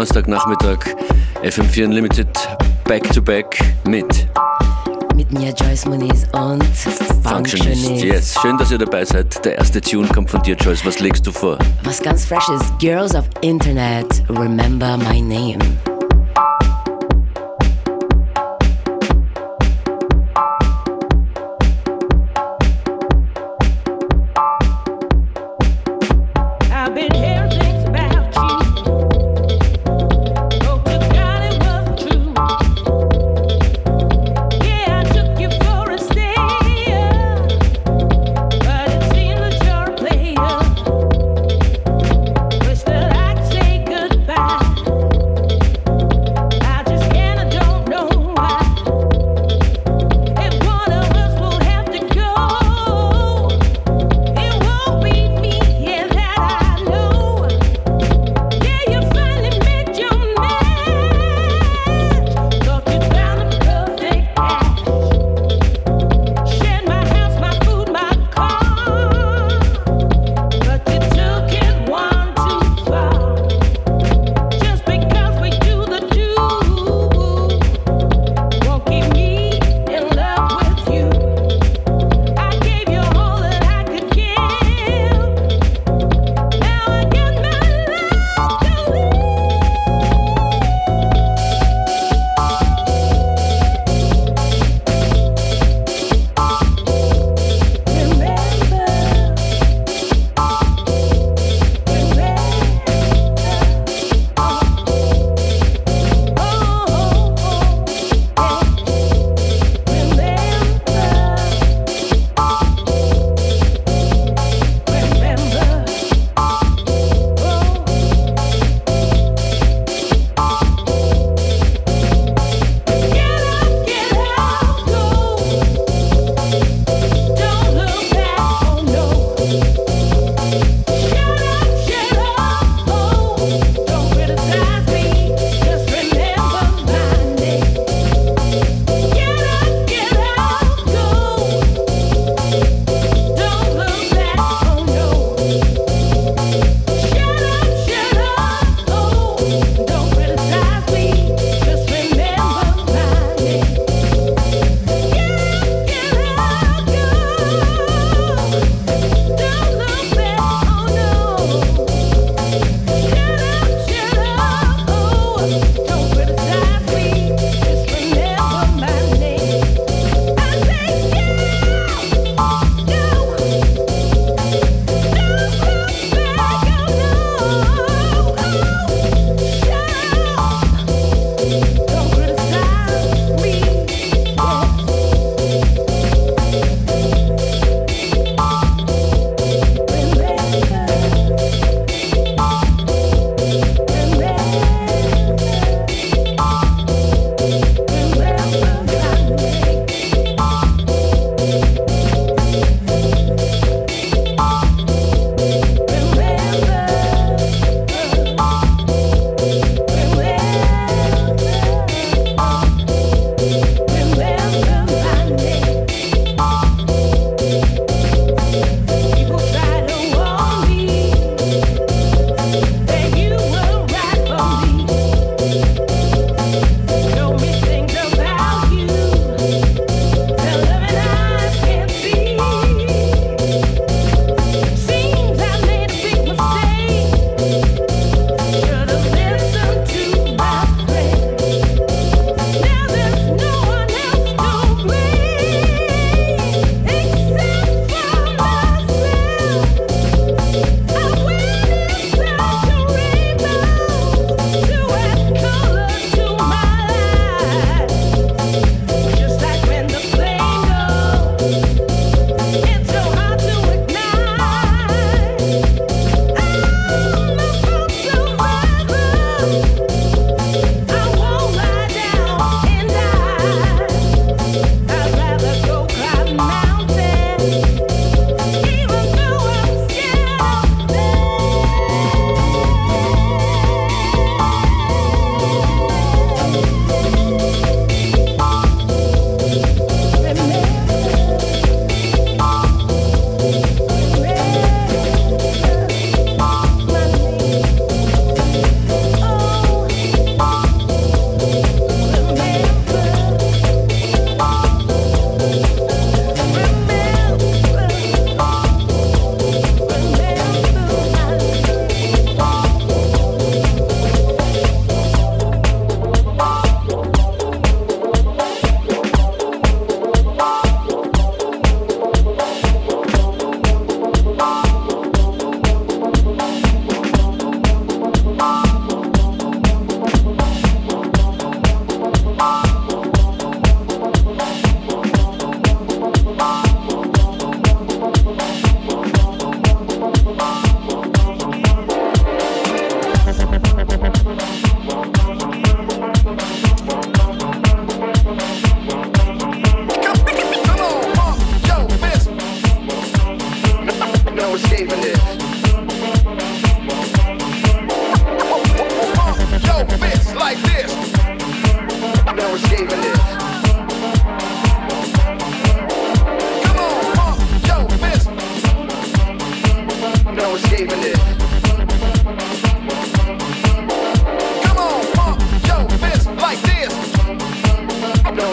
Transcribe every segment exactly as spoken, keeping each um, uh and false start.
Donnerstagnachmittag, F M vier Unlimited, back to back mit Mit mir Joyce Muniz und Functionist. Yes, schön, dass ihr dabei seid. Der erste Tune kommt von dir, Joyce. Was legst du vor? Was ganz fresh ist, Girls of Internet, Remember My Name.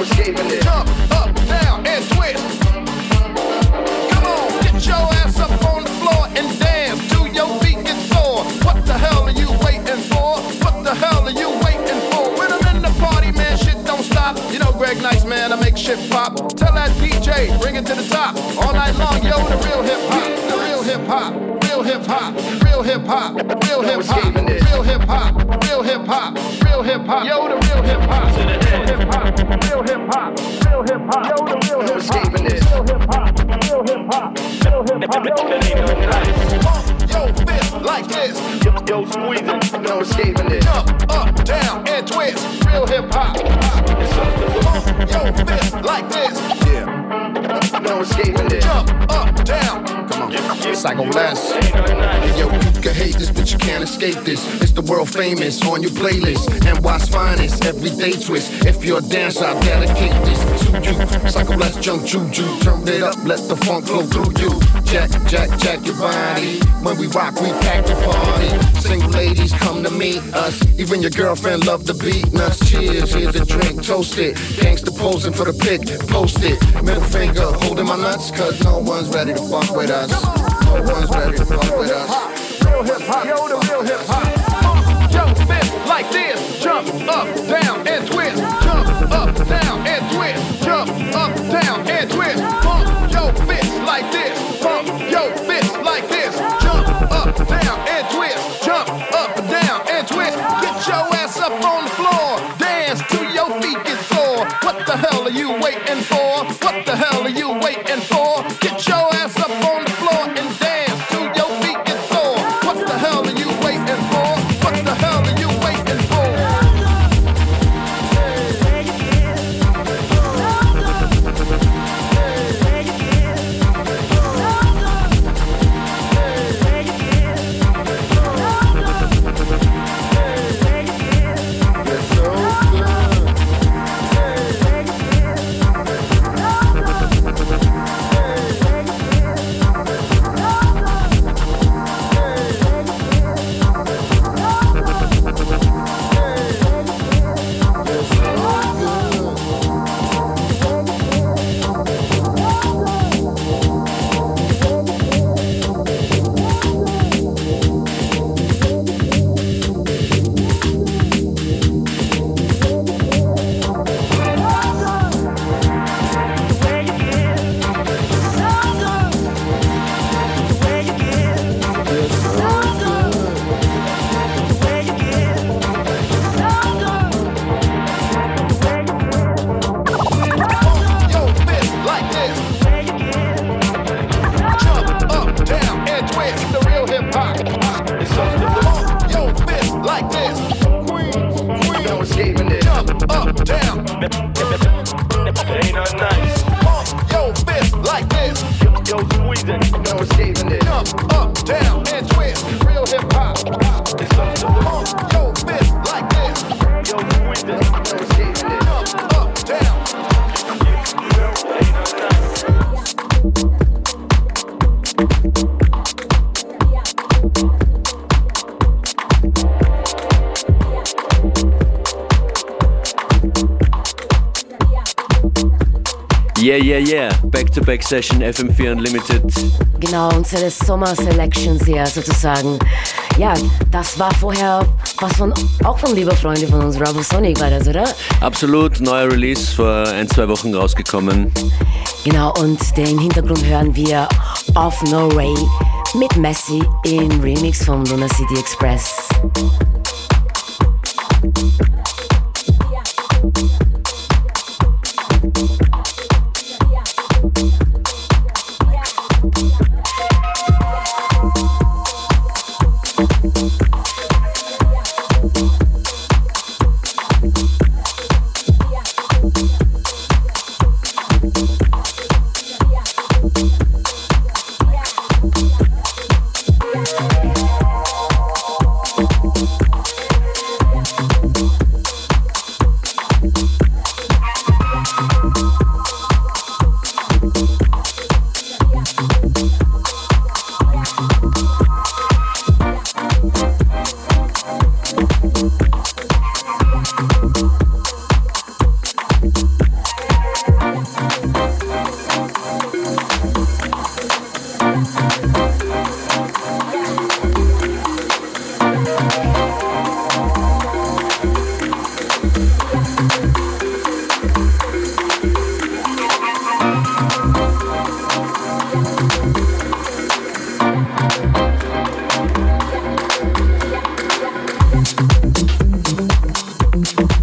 no escaping it. Jump up, down, and twist. Come on, get your ass up on the floor and dance till your feet get sore. What the hell are you waiting for? What the hell are you waiting for? When I'm in the party, man, shit don't stop. You know Greg Nice, man, I make shit pop. Tell that D J, bring it to the top. All night long, yo, the real hip hop, the real hip hop. Real hip hop, real hip hop, real hip hop, real hip hop, real hip hop, real hip hop, yo the real hip hop, real hip hop, real hip hop, real hip hop, yo the real hip hop, real hip hop, real hip hop, real hip hop, yo the real hip hop. Pump your fist like this, Yo, yo, squeezing, no escaping it. jump up, down, and twist, real hip hop. Pump your fist like this, Yeah, no escaping it. jump up, down. Come on, Psycho Les. Hey, yo, you can hate this, but you can't escape this. It's the world famous on your playlist. N Y's finest, everyday twist. If you're a dancer, I dedicate this to you. Psycho Les, junk juju. Turn it up, let the funk flow through you. Jack, jack, jack your body. When we rock, we pack the party. Single ladies come to meet us. Even your girlfriend love the beat. Nuts, cheers, here's a drink, toast it. Gangsta posing for the pic, post it. Middle finger holding my nuts, cause no one's ready to fuck with us. No one's ready to fuck with us. Real hip hop, yo the real hip hop. Jump fist like this, jump up, down, and twist. Jump up, down, and twist. Jump up, down, and twist. Pump your fist like this. Pump your fist like this. Jump up, down, and twist. Jump up, down, and twist. Get your ass up on the floor. Dance till your feet get sore. What the hell are you waiting for? What the hell are you waiting for? Get your ass up on the floor and dance till your feet get sore. What the hell are you waiting for? What the hell are you waiting for? Yeah, yeah, yeah. Back-to-Back-Session F M vier Unlimited. Genau, unsere Sommer-Selections hier sozusagen. Ja, das war vorher was von, auch von lieber Freunde von uns, Robosonic war das, oder? Absolut, neuer Release, vor ein, zwei Wochen rausgekommen. Genau, und den Hintergrund hören wir Off No Way mit Messi im Remix vom Luna City Express. Yeah.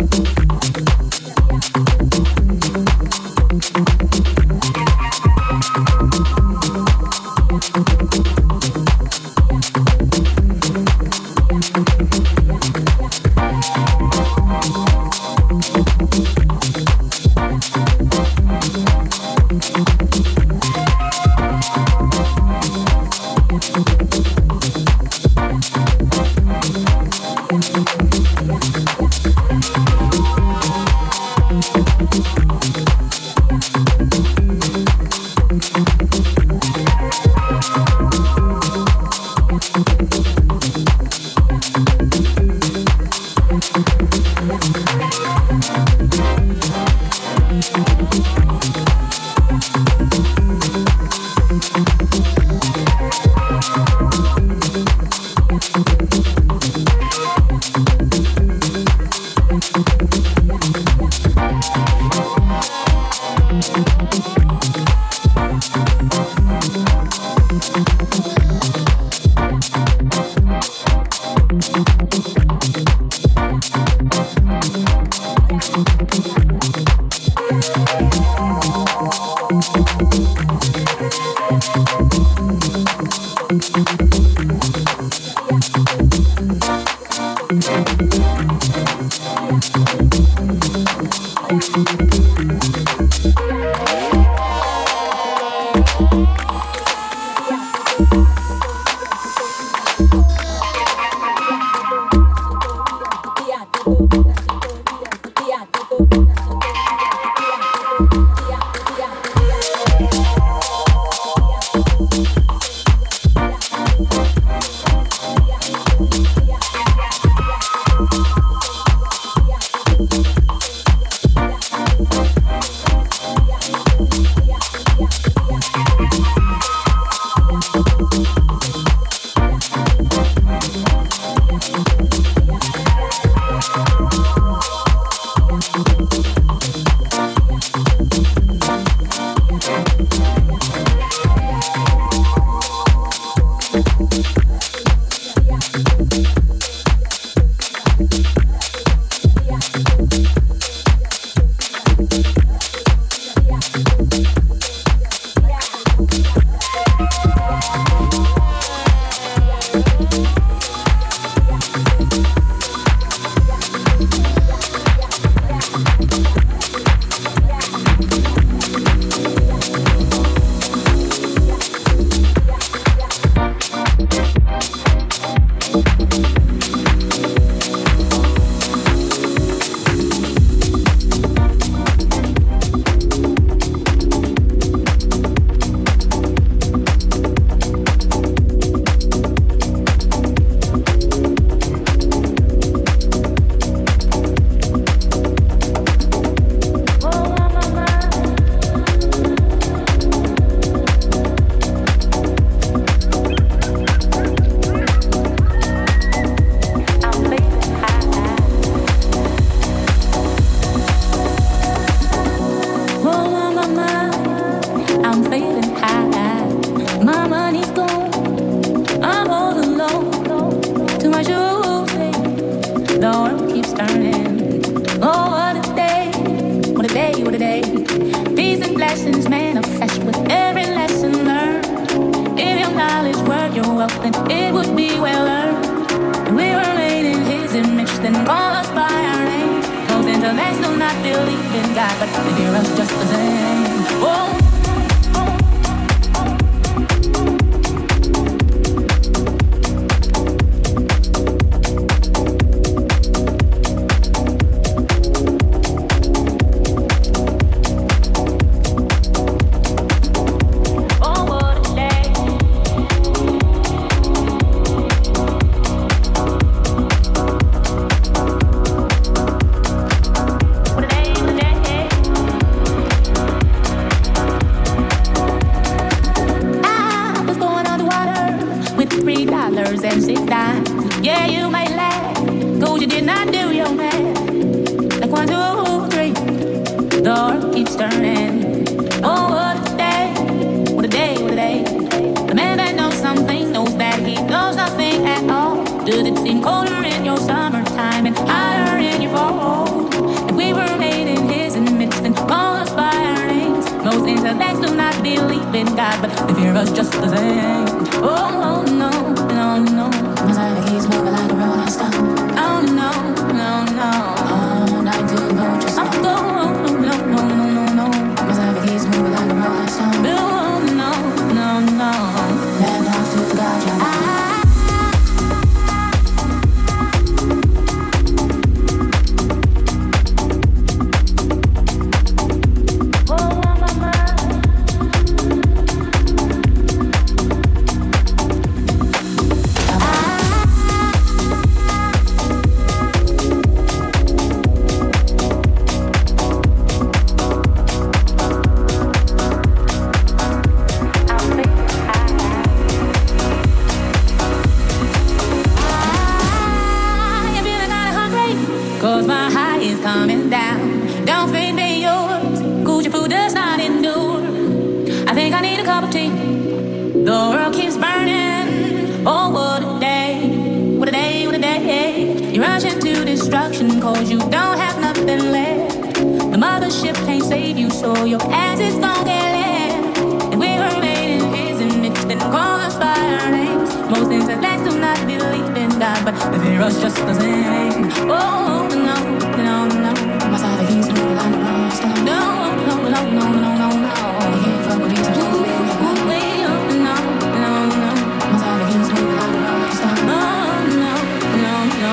Does it seem colder in your summertime and hotter in your fall? us just the same. Oh, oh no, no, no. My side keeps moving like a rolling stone. Oh no, no, no. All night to the bone, just I'm go. Oh no, no, no, no, no. My side keeps moving like a rolling stone. Oh no, no, no. That belongs to the God, yeah. Cause you don't have nothing left. The mothership can't save you, so your ass is gon' get left. And we were made in his image, then call us by our names. Most intellects do not believe in God, but they fear us just the same. Oh, no, no, no. My side of he's moving like a rolling stone. No, no, no, no, no, no, no. You can't fuck with these people. Way up, no, no, no. My side of he's moving like a rolling stone. No, no, no, no.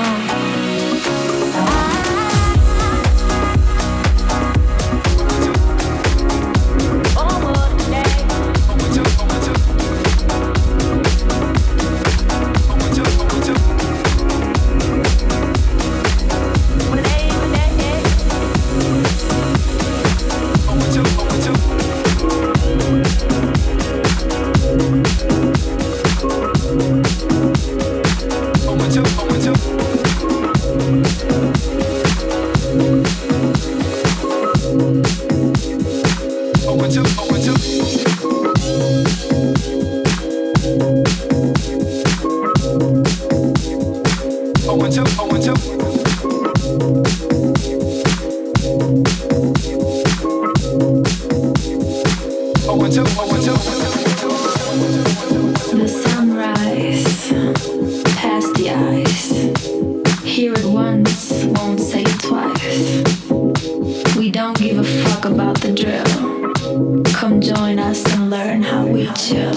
The sunrise, past the ice. Hear it once, won't say it twice. We don't give a fuck about the drill. Come join us and learn how we chill.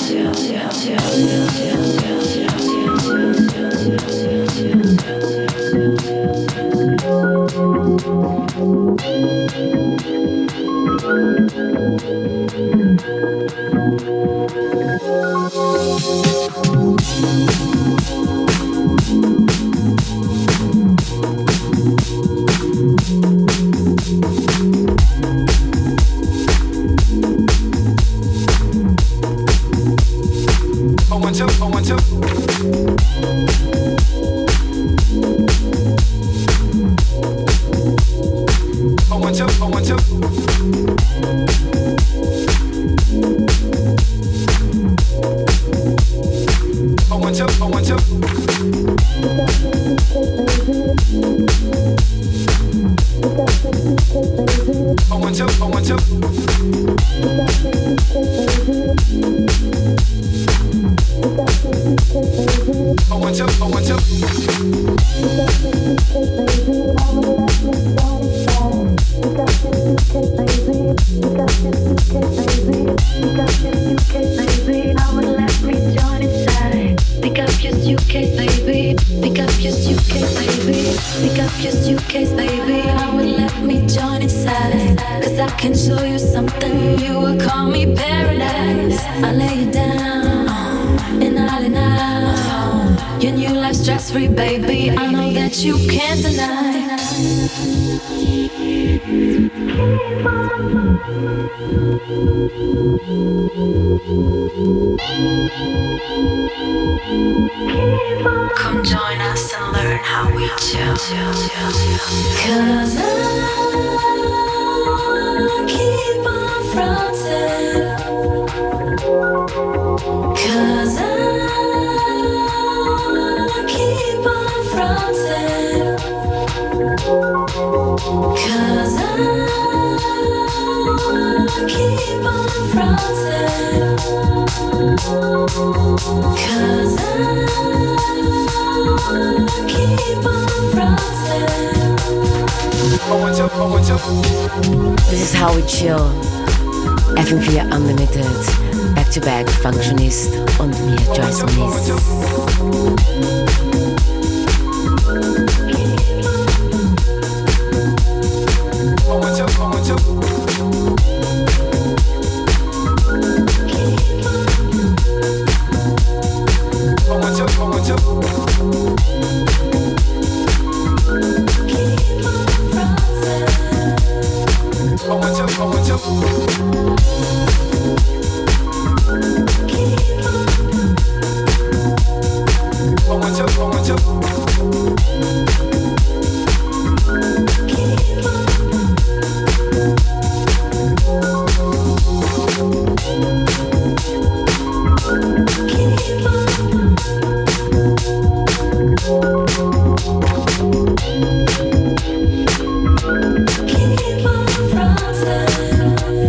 Come join us and learn how we chill. Cause I keep on fronting. Cause I keep on fronting. Cause This is how we chill. F M vier Unlimited, Back to Back, Functionist und mir, Joyce Nis. Keep on fronting.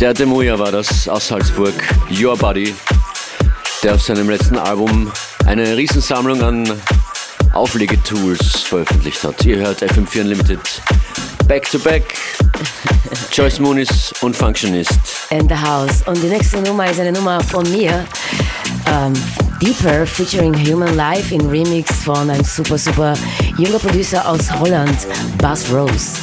Der Demuya war das aus Salzburg, Your Body, der auf seinem letzten Album eine Riesensammlung an Auflegetools veröffentlicht hat. Ihr hört F M vier Unlimited, Back to Back, Joyce Muniz und Functionist. In the house. Und die nächste Nummer ist eine Nummer von mir, um, Deeper, featuring Human Life in Remix von einem super, super junger Producer aus Holland, Bas Rose.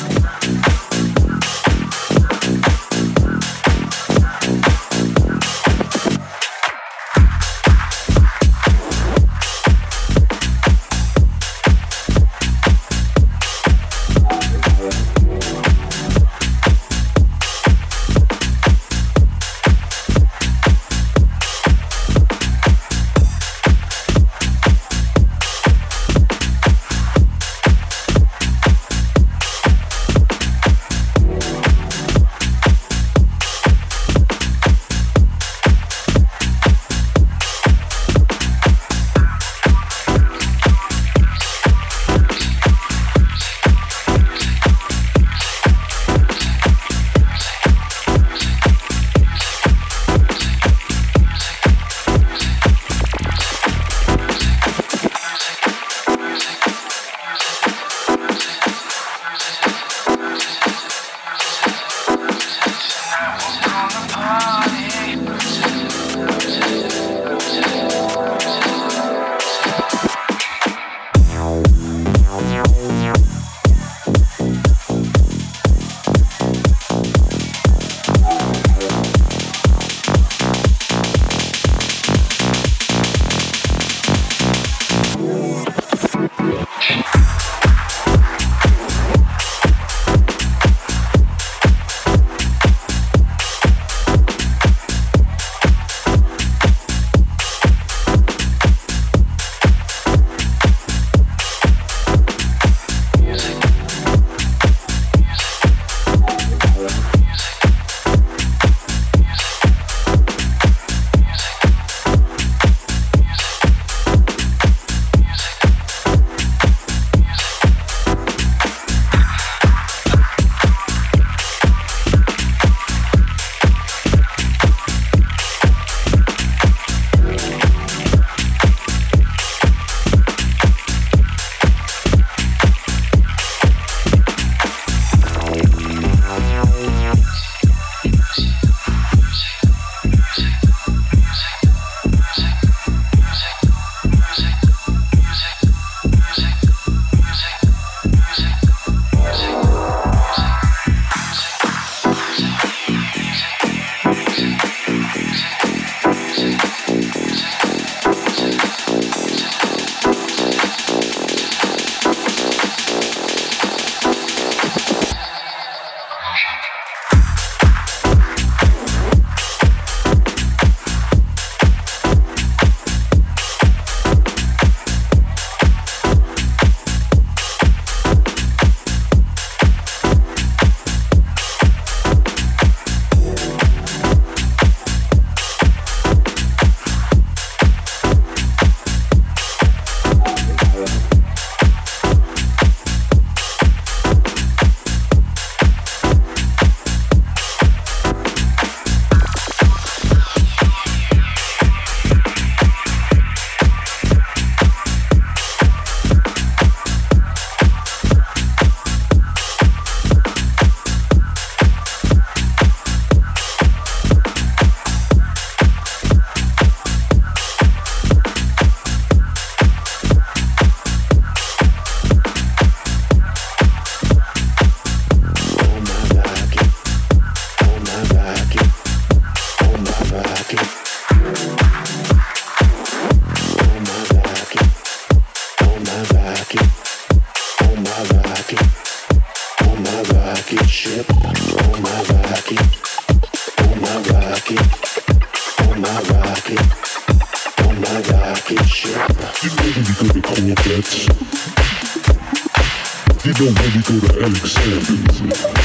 You don't really go to Alexander's.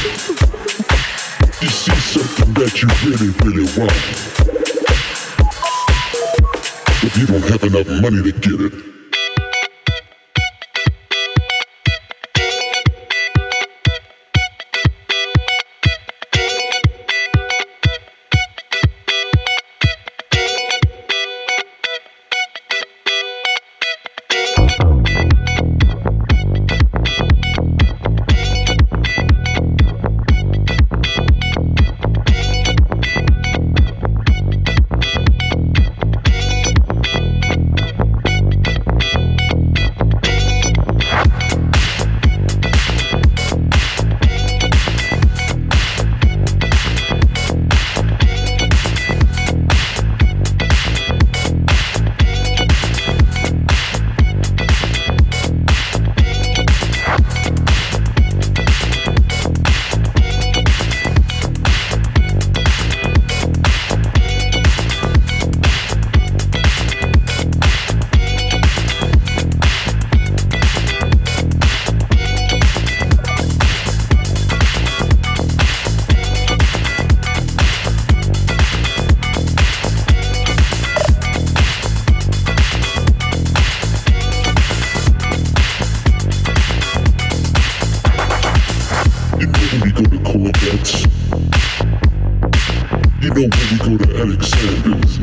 You see something that you really, really want. But you don't have enough money to get it. You know when we go to Corvettes. You know when we go to Alexander's.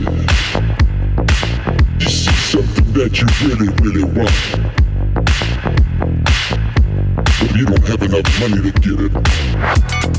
You see something that you really, really want, but you don't have enough money to get it.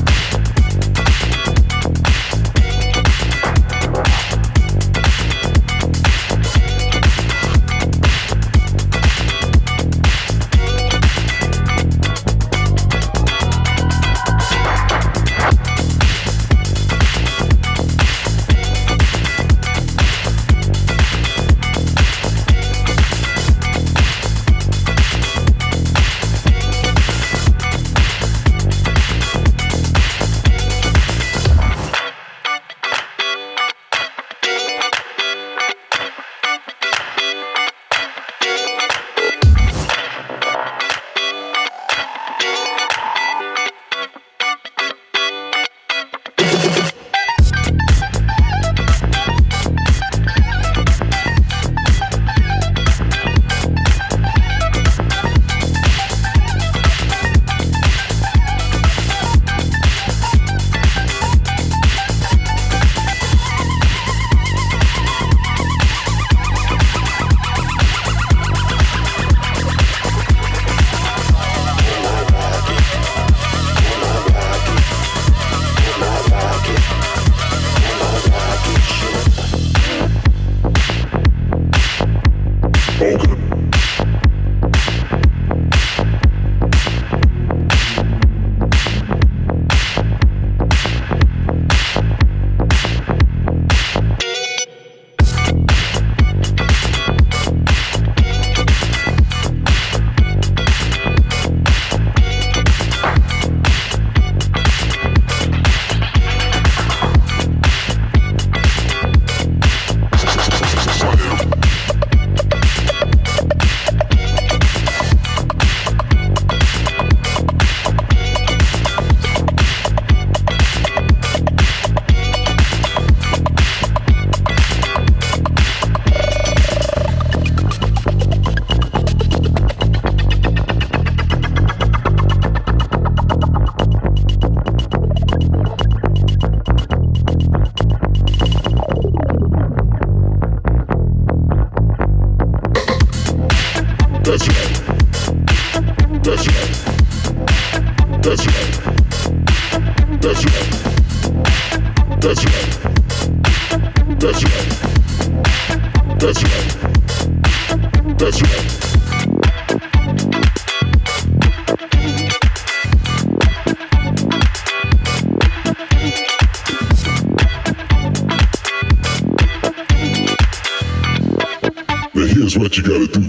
Here's what you gotta do.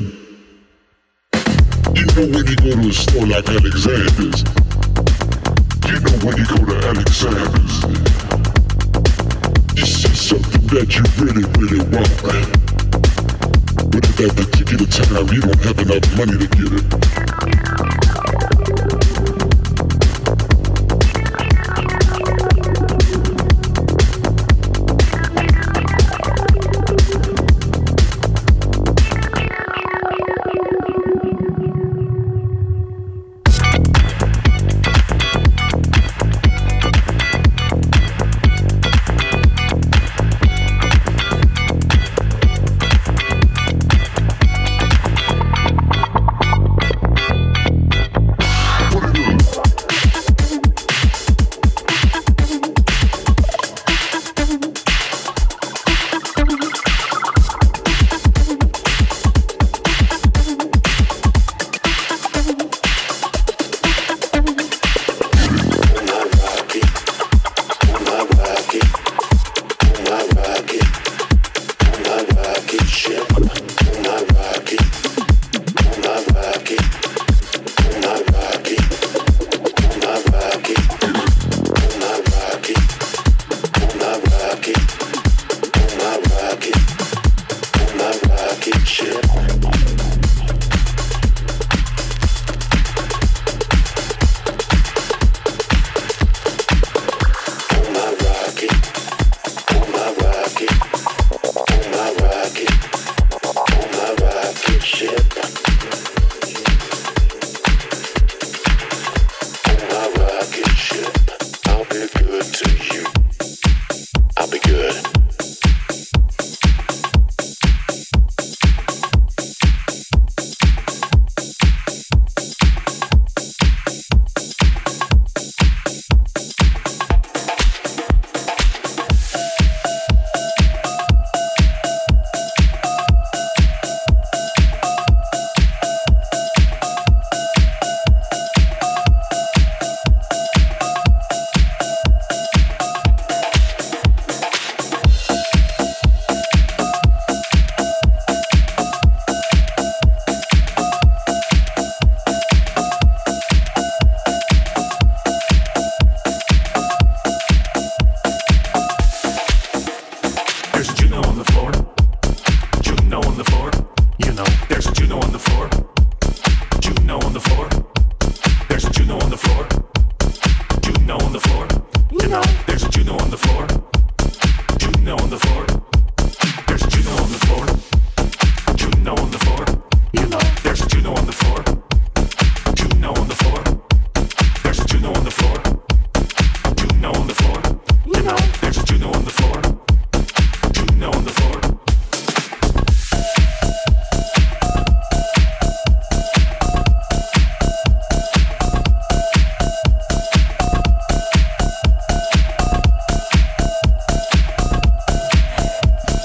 You know when you go to a store like Alexander's. You know when you go to Alexander's. You see something that you really, really want, but at that particular time you don't have enough money to get it.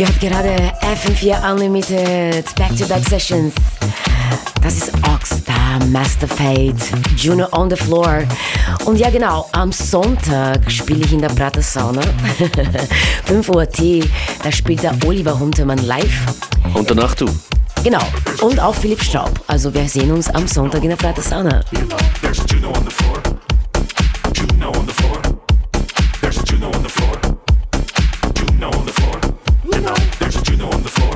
Ihr habt gerade F M vier Unlimited Back-to-Back Sessions. Das ist Oxstar, Master Fate, Juno on the Floor. Und ja genau, am Sonntag spiele ich in der Prater Sauna. fünf Uhr T, da spielt der Oliver Huntermann live. Und danach du. Genau, und auch Philipp Straub. Also wir sehen uns am Sonntag in der Prater Sauna. There's Juno on the floor. Juno on the floor. There's Juno on the floor. Juno on the floor. You know, there's a Juno on the floor.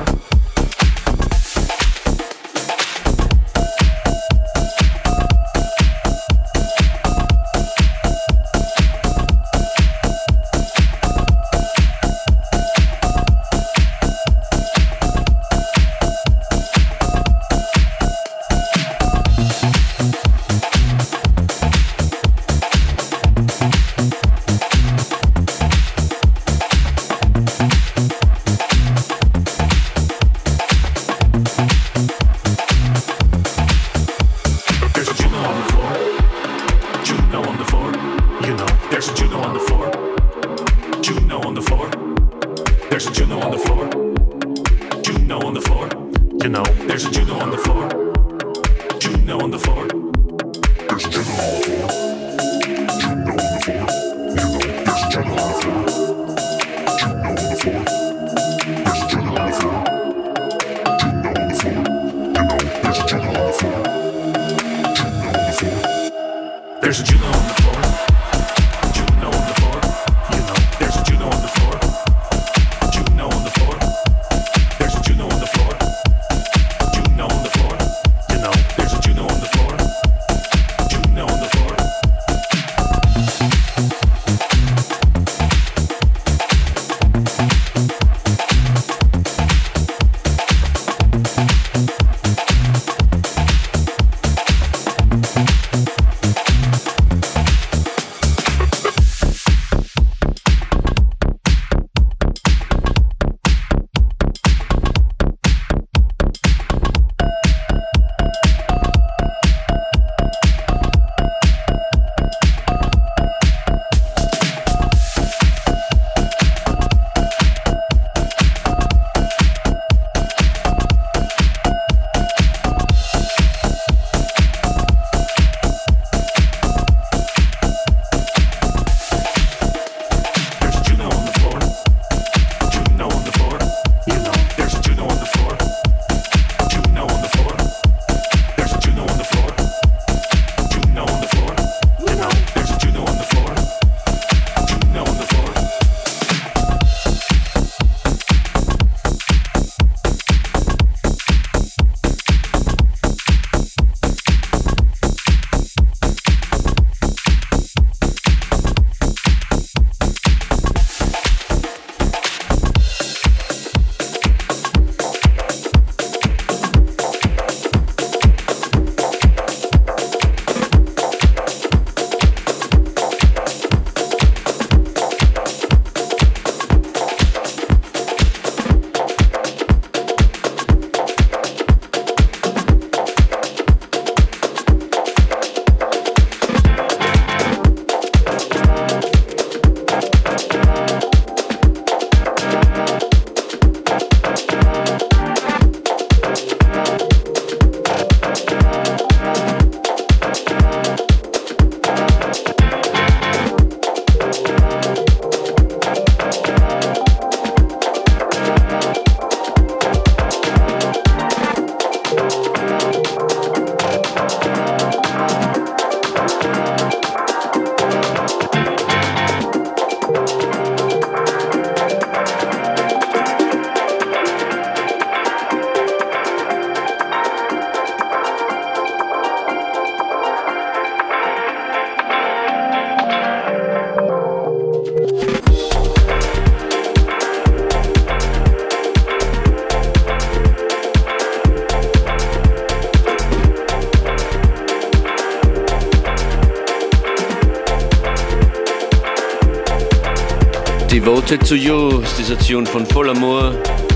Devoted to You ist dieser Tune von Voll Amour.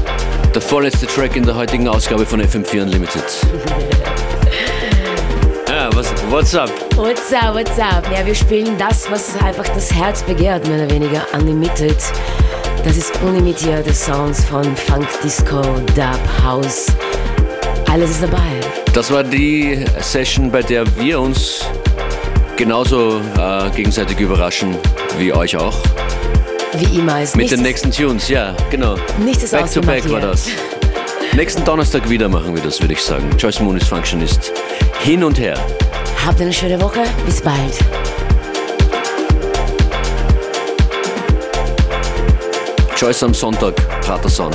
Der vorletzte Track in der heutigen Ausgabe von F M vier Unlimited. Ja, was, what's up? What's up, what's up? Ja, wir spielen das, was einfach das Herz begehrt, mehr oder weniger. Unlimited. Das ist unlimitierte Sounds von Funk, Disco, Dub, House. Alles ist dabei. Das war die Session, bei der wir uns genauso äh, gegenseitig überraschen wie euch auch. Wie immer. Ist Mit den nächsten Tunes, ja, genau. Nichts ist Back to back hier. war das. Nächsten Donnerstag wieder machen wir das, würde ich sagen. Joyce Moon ist Functionist. Hin und her. Habt eine schöne Woche. Bis bald. Joyce am Sonntag, Pratersauna.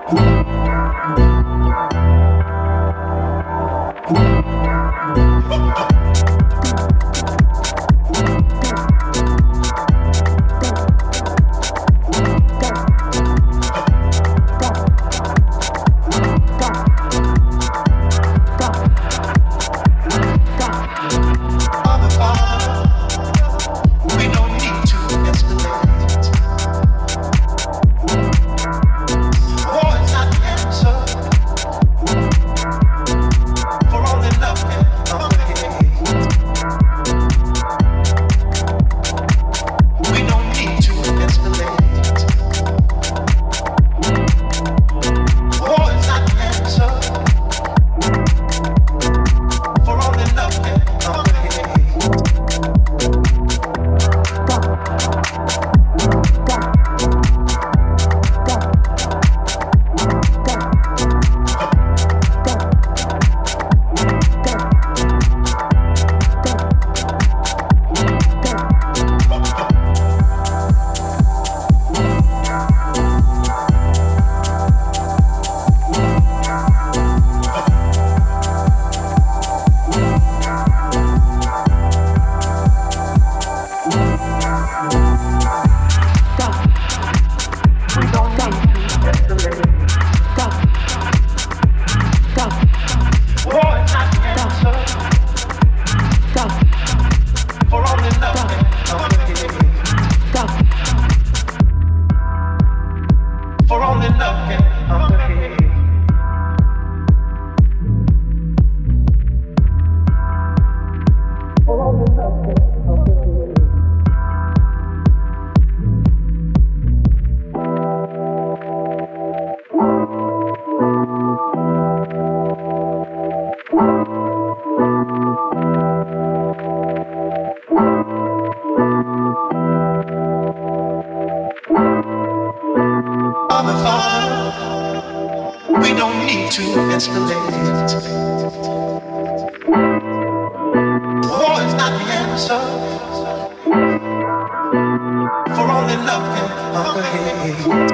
For only love can conquer hate.